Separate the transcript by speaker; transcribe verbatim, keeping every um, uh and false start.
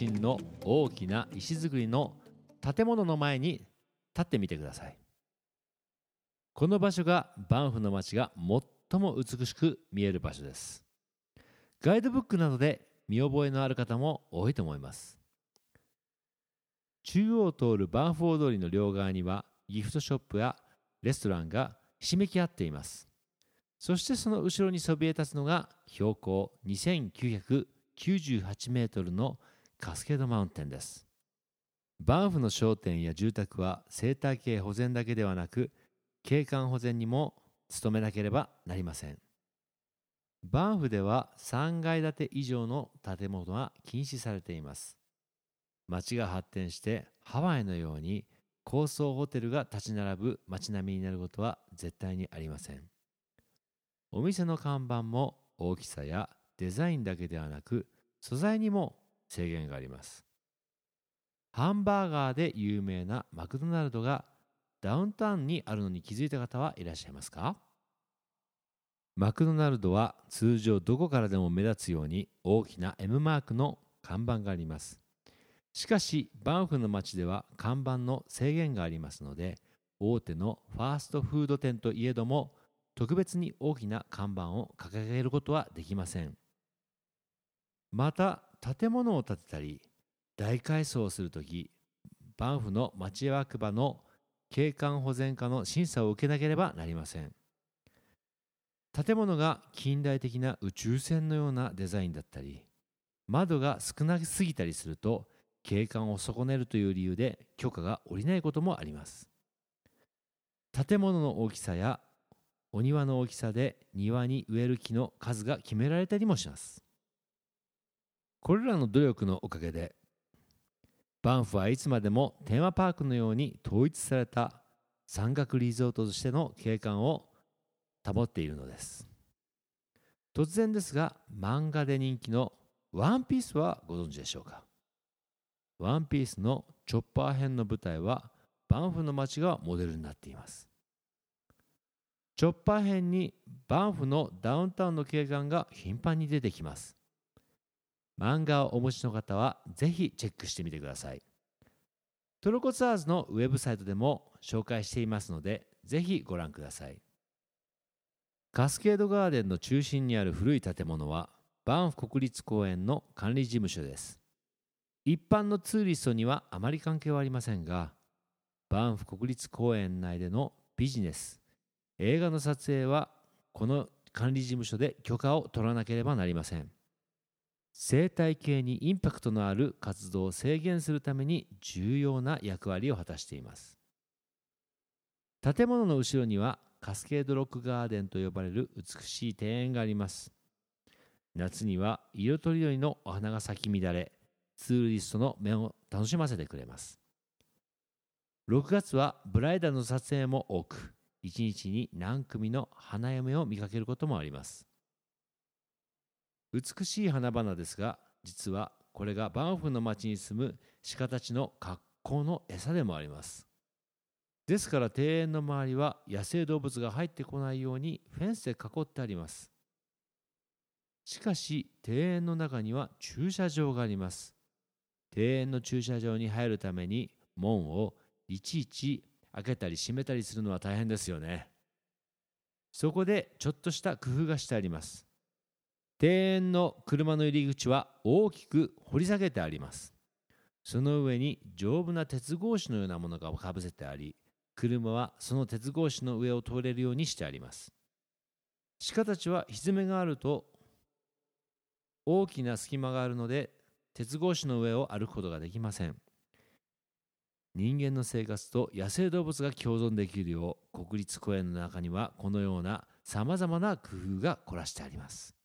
Speaker 1: 心の大きな石造りの建物の前に立ってみてください。この場所がバンフの街が最も美しく見える場所です。ガイドブックなどで見覚えのある方も多いと思います。中央を通るバンフ大通りの両側にはギフトショップやレストランがひしめき合っています。そしてその後ろにそびえ立つのが標高にせんきゅうひゃくきゅうじゅうはちメートルのカスケードマウンテンです。バンフの商店や住宅は生態系保全だけではなく景観保全にも努めなければなりません。バンフではさんがい建て以上の建物は禁止されています。街が発展してハワイのように高層ホテルが立ち並ぶ街並みになることは絶対にありません。お店の看板も大きさやデザインだけではなく素材にも制限があります。ハンバーガーで有名なマクドナルドがダウンタウンにあるのに気づいた方はいらっしゃいますか？マクドナルドは通常どこからでも目立つように大きな エム マークの看板があります。しかしバンフの街では看板の制限がありますので、大手のファーストフード店といえども特別に大きな看板を掲げることはできません。また建物を建てたり大改装をするとき、バンフの町役場の景観保全課の審査を受けなければなりません。建物が近代的な宇宙船のようなデザインだったり、窓が少なすぎたりすると景観を損ねるという理由で許可が下りないこともあります。建物の大きさやお庭の大きさで庭に植える木の数が決められたりもします。これらの努力のおかげでバンフはいつまでもテーマパークのように統一された山岳リゾートとしての景観を保っているのです。突然ですが、漫画で人気のワンピースはご存知でしょうか？ワンピースのチョッパー編の舞台はバンフの街がモデルになっています。チョッパー編にバンフのダウンタウンの景観が頻繁に出てきます。漫画をお持ちの方はぜひチェックしてみてください。トロコツアーズのウェブサイトでも紹介していますので、ぜひご覧ください。カスケードガーデンの中心にある古い建物はバンフ国立公園の管理事務所です。一般のツーリストにはあまり関係はありませんが、バンフ国立公園内でのビジネス、映画の撮影はこの管理事務所で許可を取らなければなりません。生態系にインパクトのある活動を制限するために重要な役割を果たしています。建物の後ろにはカスケードロックガーデンと呼ばれる美しい庭園があります。夏には色とりどりのお花が咲き乱れ、ツーリストの目を楽しませてくれます。ろくがつはブライダルの撮影も多く、いちにちに何組の花嫁を見かけることもあります。美しい花々ですが、実はこれがバンフの町に住む鹿たちの格好の餌でもあります。ですから庭園の周りは野生動物が入ってこないようにフェンスで囲ってあります。しかし庭園の中には駐車場があります。庭園の駐車場に入るために門をいちいち開けたり閉めたりするのは大変ですよね。そこでちょっとした工夫がしてあります。庭園の車の入り口は大きく掘り下げてあります。その上に丈夫な鉄格子のようなものがかぶせてあり、車はその鉄格子の上を通れるようにしてあります。鹿たちはひづめがあると大きな隙間があるので鉄格子の上を歩くことができません。人間の生活と野生動物が共存できるよう国立公園の中にはこのようなさまざまな工夫が凝らしてあります。